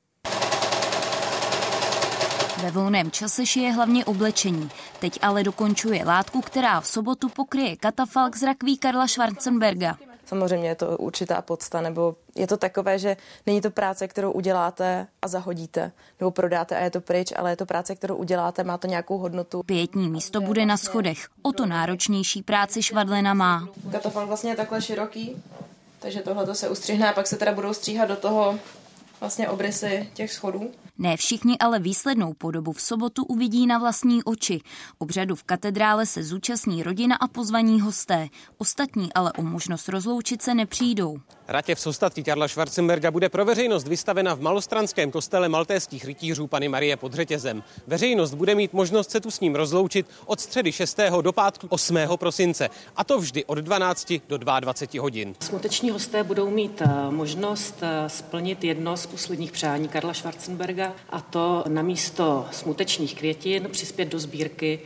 Ve volném čase šije hlavně oblečení. Teď ale dokončuje látku, která v sobotu pokryje katafalk z rakví Karla Schwarzenberga. Samozřejmě je to určitá podsta, nebo je to takové, že není to práce, kterou uděláte a zahodíte, nebo prodáte a je to pryč, ale je to práce, kterou uděláte, má to nějakou hodnotu. Pietní místo bude na schodech. O to náročnější práci švadlena má. Katafalk vlastně je takhle široký, takže tohle se ustřihne a pak se teda budou stříhat do toho vlastně obrysy těch schodů. Ne všichni ale výslednou podobu v sobotu uvidí na vlastní oči. Obřadu v katedrále se zúčastní rodina a pozvaní hosté. Ostatní ale o možnost rozloučit se nepřijdou. Ratěv s ostatky Karla Schwarzenberga bude pro veřejnost vystavena v malostranském kostele maltéských rytířů Panny Marie pod řetězem. Veřejnost bude mít možnost se tu s ním rozloučit od středy šestého do pátku osmého prosince. A to vždy od dvanácti do dvaceti dvou hodin. Smuteční hosté budou mít možnost splnit jedno z posledních přání Karla Schwarzenberga, a to na místo smutečních květin přispět do sbírky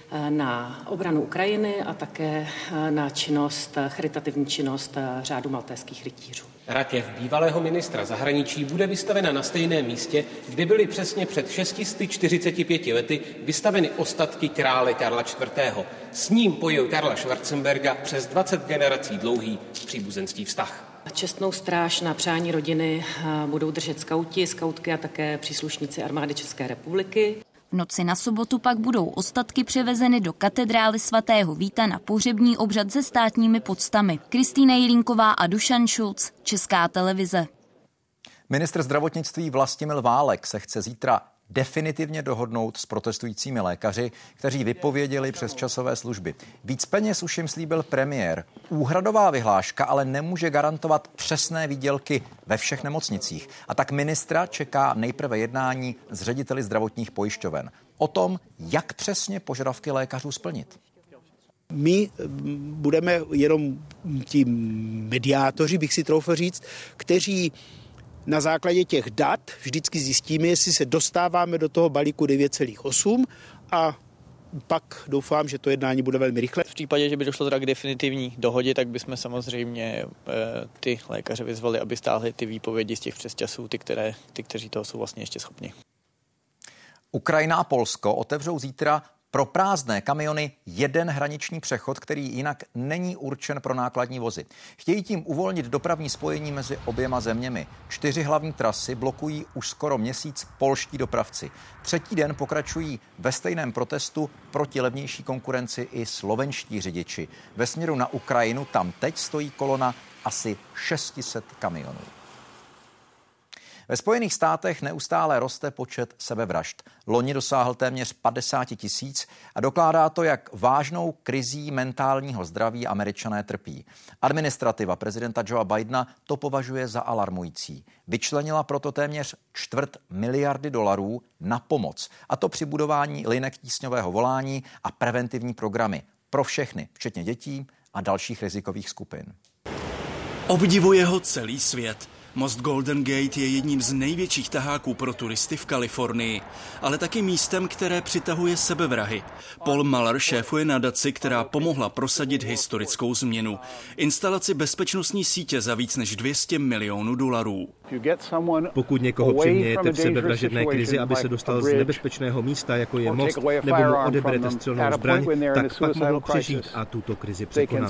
na obranu Ukrajiny a také na činnost, charitativní činnost řádu maltéských rytířů. Ratěv bývalého ministra zahraničí bude vystavena na stejném místě, kde byly přesně před šest set čtyřiceti pěti lety vystaveny ostatky krále Karla čtvrtého. S ním pojil Karla Schwarzenberga přes dvacet generací dlouhý příbuzenský vztah. Čestnou stráž na přání rodiny budou držet skauti, skautky a také příslušníci armády České republiky. V noci na sobotu pak budou ostatky převezeny do katedrály svatého Víta na pohřební obřad se státními poctami. Kristýna Jelínková a Dušan Šulc, Česká televize. Ministr zdravotnictví Vlastimil Válek se chce zítra definitivně dohodnout s protestujícími lékaři, kteří vypověděli přes časové služby. Víc peněz už jim slíbil premiér. Úhradová vyhláška ale nemůže garantovat přesné výdělky ve všech nemocnicích. A tak ministra čeká nejprve jednání s řediteli zdravotních pojišťoven o tom, jak přesně požadavky lékařů splnit. My budeme jenom ti mediátoři, bych si troufl říct, kteří na základě těch dat vždycky zjistíme, jestli se dostáváme do toho balíku devět celá osm a pak doufám, že to jednání bude velmi rychle. V případě, že by došlo teda k definitivní dohodě, tak bychom samozřejmě e, ty lékaře vyzvali, aby stáhli ty výpovědi z těch přesčasů, ty, které, ty, kteří toho jsou vlastně ještě schopni. Ukrajina a Polsko otevřou zítra pro prázdné kamiony jeden hraniční přechod, který jinak není určen pro nákladní vozy. Chtějí tím uvolnit dopravní spojení mezi oběma zeměmi. Čtyři hlavní trasy blokují už skoro měsíc polští dopravci. Třetí den pokračují ve stejném protestu proti levnější konkurenci i slovenští řidiči. Ve směru na Ukrajinu tam teď stojí kolona asi šest set kamionů. Ve Spojených státech neustále roste počet sebevražd. Loni dosáhl téměř padesát tisíc a dokládá to, jak vážnou krizí mentálního zdraví Američané trpí. Administrativa prezidenta Joea Bidena to považuje za alarmující. Vyčlenila proto téměř čtvrt miliardy dolarů na pomoc, a to při budování linek tísňového volání a preventivní programy pro všechny, včetně dětí a dalších rizikových skupin. Obdivuje ho celý svět. Most Golden Gate je jedním z největších taháků pro turisty v Kalifornii, ale taky místem, které přitahuje sebevrahy. Paul Muller šéfuje nadaci, která pomohla prosadit historickou změnu. Instalaci bezpečnostní sítě za víc než dvě stě milionů dolarů. Pokud někoho přimějete v sebevražedné krizi, aby se dostal z nebezpečného místa, jako je most, nebo mu odeberete střelnou zbraň, tak pak mohou přežít a tuto krizi překonat.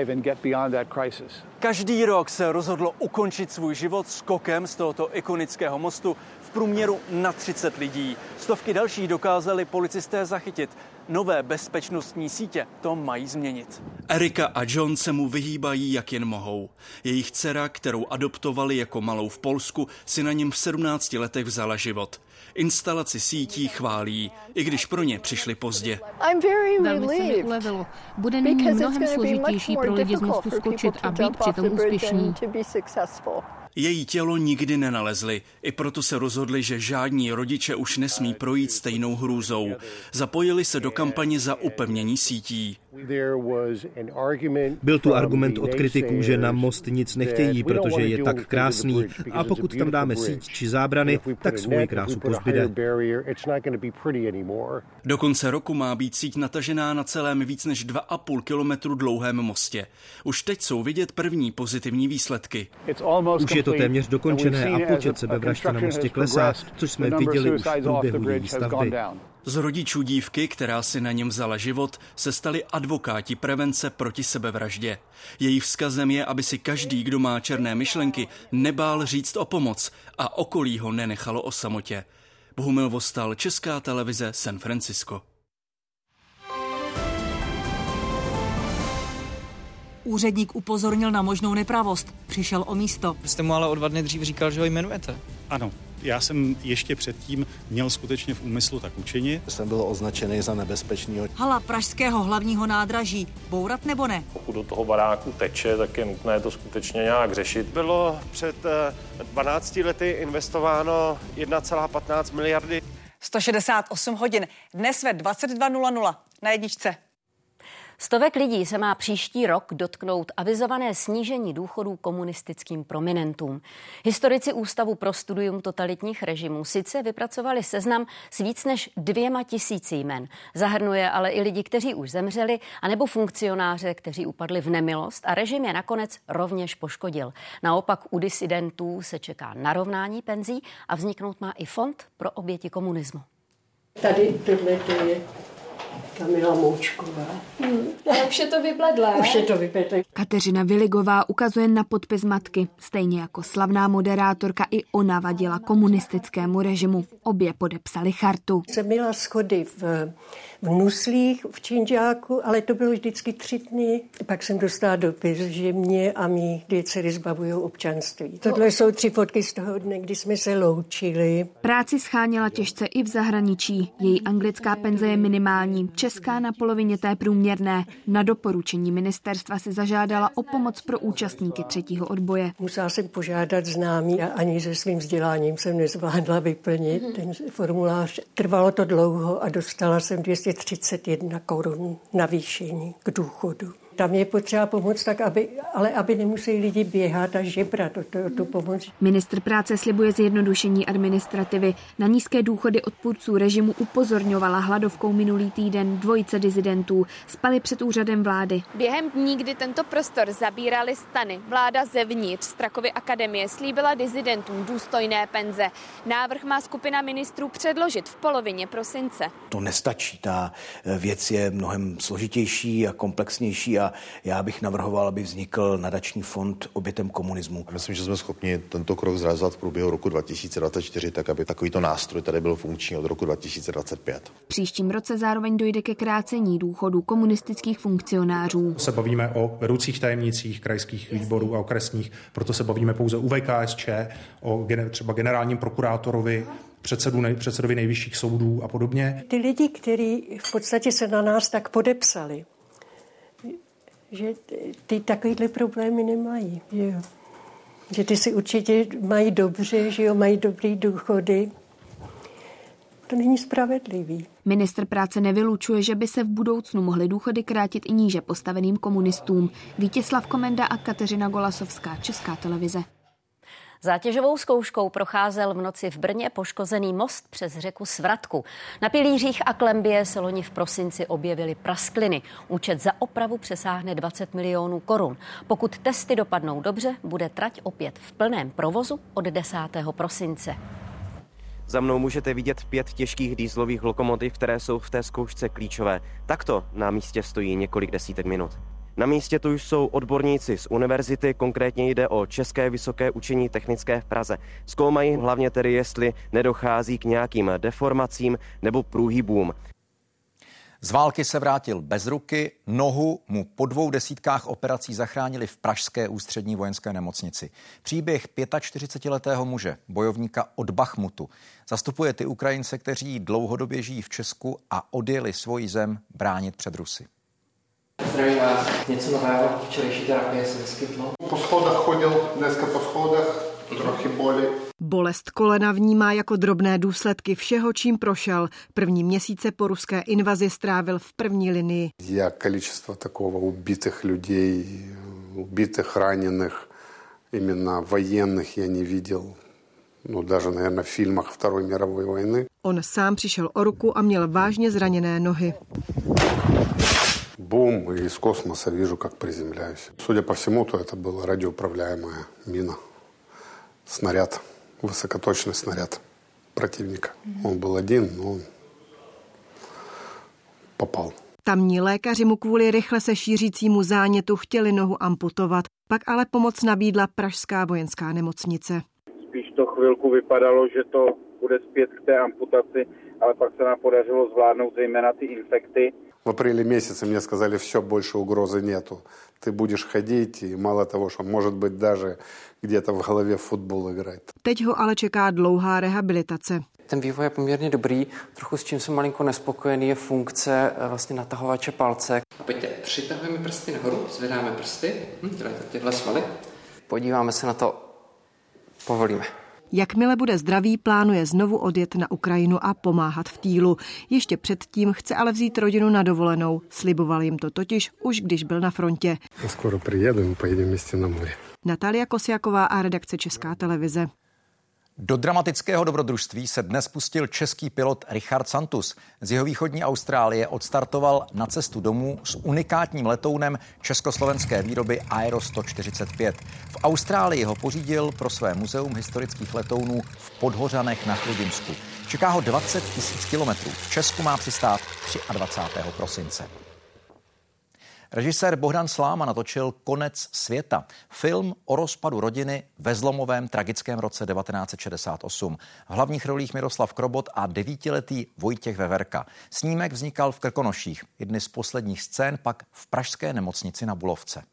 Každý rok se rozhodlo ukončit svůj život skokem z tohoto ikonického mostu v průměru na třicet lidí. Stovky dalších dokázali policisté zachytit. Nové bezpečnostní sítě to mají změnit. Erika a John se mu vyhýbají, jak jen mohou. Jejich dcera, kterou adoptovali jako malou v Polsku, si na něm v sedmnácti letech vzala život. Instalaci sítí chválí, i když pro ně přišli pozdě. Velmi se mi ulevilo. Bude nyní mnohem složitější pro lidi z mostu skočit a být přitom úspěšní. Její tělo nikdy nenalezli, i proto se rozhodli, že žádní rodiče už nesmí projít stejnou hrůzou. Zapojili se do kampaně za upevnění sítí. Byl tu argument od kritiků, že na most nic nechtějí, protože je tak krásný a pokud tam dáme síť či zábrany, tak svoji krásu pozbyde. Do konce roku má být síť natažená na celém víc než dva a půl kilometru dlouhém mostě. Už teď jsou vidět první pozitivní výsledky. Už je to téměř dokončené a počet sebevražd na mostě klesá, což jsme viděli už v průběhu její stavby. Z rodičů dívky, která si na něm vzala život, se stali advokáti prevence proti sebevraždě. Jejich vzkazem je, aby si každý, kdo má černé myšlenky, nebál říct o pomoc a okolí ho nenechalo o samotě. Bohumil Vostal, Česká televize, San Francisco. Úředník upozornil na možnou nepravost. Přišel o místo. Jste mu ale o dva dny dřív říkal, že ho jmenujete. Ano. Já jsem ještě předtím měl skutečně v úmyslu tak učinit. Jsem byl označený za nebezpečného. Hala pražského hlavního nádraží. Bourat nebo ne? Pokud do toho baráku teče, tak je nutné to skutečně nějak řešit. Bylo před dvanácti lety investováno jedna celá patnáct miliardy. sto šedesát osm hodin. Dnes ve dvacet dva nula nula na jedničce. Stovek lidí se má příští rok dotknout avizované snížení důchodů komunistickým prominentům. Historici Ústavu pro studium totalitních režimů sice vypracovali seznam s víc než dvěma tisíci jmen. Zahrnuje ale i lidi, kteří už zemřeli, anebo funkcionáře, kteří upadli v nemilost a režim je nakonec rovněž poškodil. Naopak u disidentů se čeká narovnání penzí a vzniknout má i fond pro oběti komunismu. Tady tohle je Kamila Moučková. Hmm. Ale už je to vybledlé. Už je to vybledlé. Kateřina Viligová ukazuje na podpis matky. Stejně jako slavná moderátorka i ona vadila komunistickému režimu. Obě podepsali chartu. Jsem měla schody v, v Nuslích, v Činžáku, ale to bylo vždycky tři dny. Pak jsem dostala dopis, že mě a mý dvě dcery zbavují občanství. Tohle jsou tři fotky z toho dne, kdy jsme se loučili. Práci scháněla těžce i v zahraničí. Její anglická penze je minimální. Česká na polovině té průměrné. Na doporučení ministerstva si zažádala o pomoc pro účastníky třetího odboje. Musela jsem požádat známý a ani se svým vzděláním jsem nezvládla vyplnit ten formulář. Trvalo to dlouho a dostala jsem dvě stě třicet jedna korun navýšení k důchodu. Tam je potřeba pomoct tak, aby, ale aby nemuseli lidi běhat a žebrat o, to, o tu pomoc. Ministr práce slibuje zjednodušení administrativy. Na nízké důchody odpůrců režimu upozorňovala hladovkou minulý týden dvojice disidentů. Spali před úřadem vlády. Během dní, kdy tento prostor zabírali stany, vláda zevnitř Strakovy akademie slíbila disidentům důstojné penze. Návrh má skupina ministrů předložit v polovině prosince. To nestačí. Ta věc je mnohem složitější a komplexnější a já bych navrhoval, aby vznikl nadační fond obětem komunismu. Myslím, že jsme schopni tento krok zrealizovat v průběhu roku dva tisíce dvacet čtyři, tak aby takovýto nástroj tady byl funkční od roku dva tisíce dvacet pět. V příštím roce zároveň dojde ke krácení důchodů komunistických funkcionářů. Se bavíme o vedoucích tajemnících krajských výborů a okresních, proto se bavíme pouze u V K S Č, o třeba generálním prokurátorovi, předsedu, nej, předsedovi nejvyšších soudů a podobně. Ty lidi, kteří v podstatě se na nás tak podepsali, že ty takovýhle problémy nemají. Že, jo. Že ty si určitě mají dobře, že jo, mají dobrý důchody. To není spravedlivý. Ministr práce nevylučuje, že by se v budoucnu mohly důchody krátit i níže postaveným komunistům. Vítězslav Komenda a Kateřina Golasovská, Česká televize. Zátěžovou zkouškou procházel v noci v Brně poškozený most přes řeku Svratku. Na pilířích a klembě se loni v prosinci objevily praskliny. Účet za opravu přesáhne dvacet milionů korun. Pokud testy dopadnou dobře, bude trať opět v plném provozu od desátého prosince. Za mnou můžete vidět pět těžkých dýzlových lokomotiv, které jsou v té zkoušce klíčové. Takto na místě stojí několik desítek minut. Na místě tu jsou odborníci z univerzity, konkrétně jde o České vysoké učení technické v Praze. Zkoumají hlavně tedy, jestli nedochází k nějakým deformacím nebo průhybům. Z války se vrátil bez ruky, nohu mu po dvou desítkách operací zachránili v pražské ústřední vojenské nemocnici. Příběh čtyřicetiletého muže, bojovníka od Bachmutu, zastupuje ty Ukrajince, kteří dlouhodobě žijí v Česku a odjeli svoji zem bránit před Rusy. Zdravím vás. Něco nového, včerejší terapie se vyskytlo? Po schodách chodil, dneska po schodách, trochu bolí. Bolest kolena vnímá jako drobné důsledky všeho, čím prošel. První měsíce po ruské invazi strávil v první linii. Já kolичество takového ubitých lidí, ubitých, raněných, именно военных я не видел. No, даже, наверное, v filmech Второй мировой войны. On sám přišel o ruku a měl vážně zraněné nohy. Бум, и из космоса вижу, как приземляюсь. Судя по всему, то это была радиоуправляемая мина. Снаряд, высокоточный снаряд противника. Он был один, но он попал. Tamní lékaři mu kvůli rychle se šířícímu zánětu chtěli nohu amputovat, pak ale pomoc nabídla pražská vojenská nemocnice. Spíš to chvilku vypadalo, že to bude zpět k té amputaci, ale pak se nám podařilo zvládnout zejména ty infekty. В апреле месяце мне сказали, все, больше угрозы нету. Ты будешь ходить, и мало того, что может быть даже где-то в голове футбол играть. Teď ho ale čeká dlouhá rehabilitace. Ten vývoj je poměrně dobrý, trochu s čím jsem malinko nespokojený je funkce vlastně natahovače palce. A pojďte, přitahujeme prsty nahoru, zvedáme prsty, hm, dělejte tyhle svaly, podíváme se na to, povolíme. Jakmile bude zdravý, plánuje znovu odjet na Ukrajinu a pomáhat v týlu. Ještě předtím chce ale vzít rodinu na dovolenou. Sliboval jim to totiž už, když byl na frontě. Skoro přijedeme, pojedeme místě na moře. Natalia Kosiaková a redakce Česká televize. Do dramatického dobrodružství se dnes pustil český pilot Richard Santus. Z jihovýchodní Austrálie odstartoval na cestu domů s unikátním letounem československé výroby Aero sto čtyřicet pět. V Austrálii ho pořídil pro své muzeum historických letounů v Podhořanech na Chludinsku. Čeká ho dvacet tisíc kilometrů. V Česku má přistát dvacátého třetího prosince. Režisér Bohdan Sláma natočil Konec světa, film o rozpadu rodiny ve zlomovém tragickém roce devatenáct set šedesát osm. V hlavních rolích Miroslav Krobot a devítiletý Vojtěch Veverka. Snímek vznikal v Krkonoších. Jedny z posledních scén pak v pražské nemocnici na Bulovce.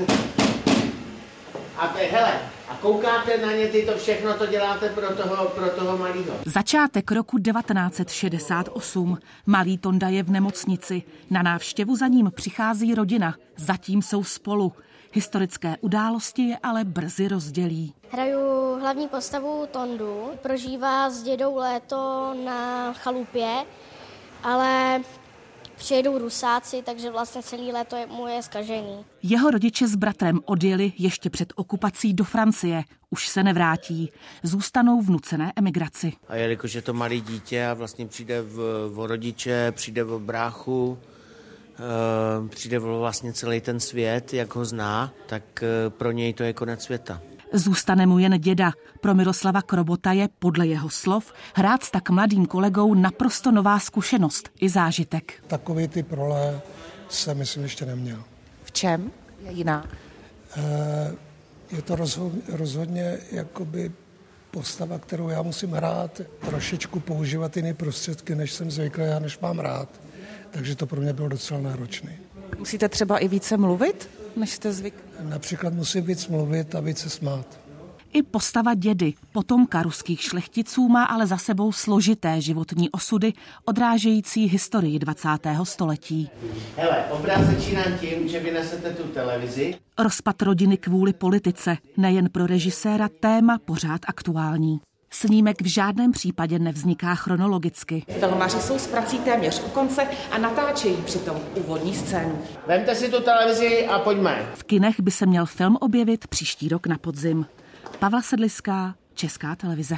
A te, hele, a koukáte na ně, ty to všechno to děláte pro toho, pro toho malýho. Začátek roku devatenáct set šedesát osm. Malý Tonda je v nemocnici. Na návštěvu za ním přichází rodina. Zatím jsou spolu. Historické události je ale brzy rozdělí. Hraju hlavní postavu Tondu. Prožívá s dědou léto na chalupě, ale přijedou Rusáci, takže vlastně celý léto je, mu je zkažený. Jeho rodiče s bratrem odjeli ještě před okupací do Francie. Už se nevrátí. Zůstanou v nucené emigraci. A jelikož je to malé dítě a vlastně přijde v, v rodiče, přijde v bráchu, e, přijde vlastně celý ten svět, jak ho zná, tak e, pro něj to je konec světa. Zůstane mu jen děda. Pro Miroslava Krobota je, podle jeho slov, hrát s tak mladým kolegou naprosto nová zkušenost i zážitek. Takový typ role jsem, myslím, ještě neměl. V čem je jiná? E, je to rozhodně, rozhodně jakoby postava, kterou já musím hrát, trošičku používat jiné prostředky, než jsem zvyklý a než mám rád. Takže to pro mě bylo docela náročné. Musíte třeba i více mluvit, než jste zvyklí? Například musím víc mluvit a více smát. I postava dědy, potomka ruských šlechticů, má ale za sebou složité životní osudy, odrážející historii dvacátého století. Hele, obraz začíná tím, že vynesete tu televizi. Rozpad rodiny kvůli politice, nejen pro režiséra téma pořád aktuální. Snímek v žádném případě nevzniká chronologicky. Filmaři jsou s prací téměř u konce a natáčejí přitom úvodní scénu. Vemte si tu televizi a pojďme. V kinech by se měl film objevit příští rok na podzim. Pavla Sedliská, Česká televize.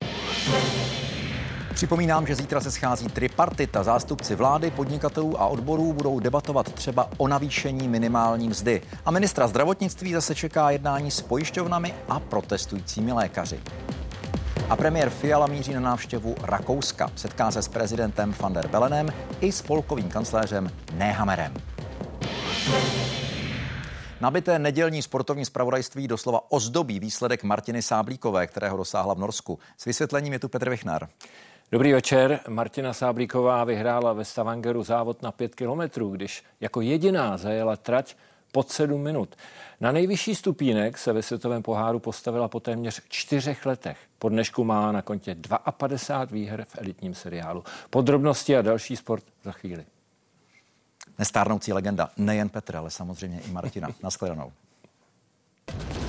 Připomínám, že zítra se schází tripartita. Zástupci vlády, podnikatelů a odborů budou debatovat třeba o navýšení minimální mzdy. A ministra zdravotnictví zase čeká jednání s pojišťovnami a protestujícími lékaři. A premiér Fiala míří na návštěvu Rakouska. Setká se s prezidentem van der Bellenem i spolkovým kancléřem Nehammerem. Nabité nedělní sportovní zpravodajství doslova ozdobí výsledek Martiny Sáblíkové, kterého dosáhla v Norsku. S vysvětlením je tu Petr Vichnar. Dobrý večer. Martina Sáblíková vyhrála ve Stavangeru závod na pět kilometrů, když jako jediná zajela trať pod sedm minut. Na nejvyšší stupínek se ve světovém poháru postavila po téměř čtyřech letech. Po dnešku má na kontě padesát dva výher v elitním seriálu. Podrobnosti a další sport za chvíli. Nestárnoucí legenda, nejen Petr, ale samozřejmě i Martina. Nashledanou.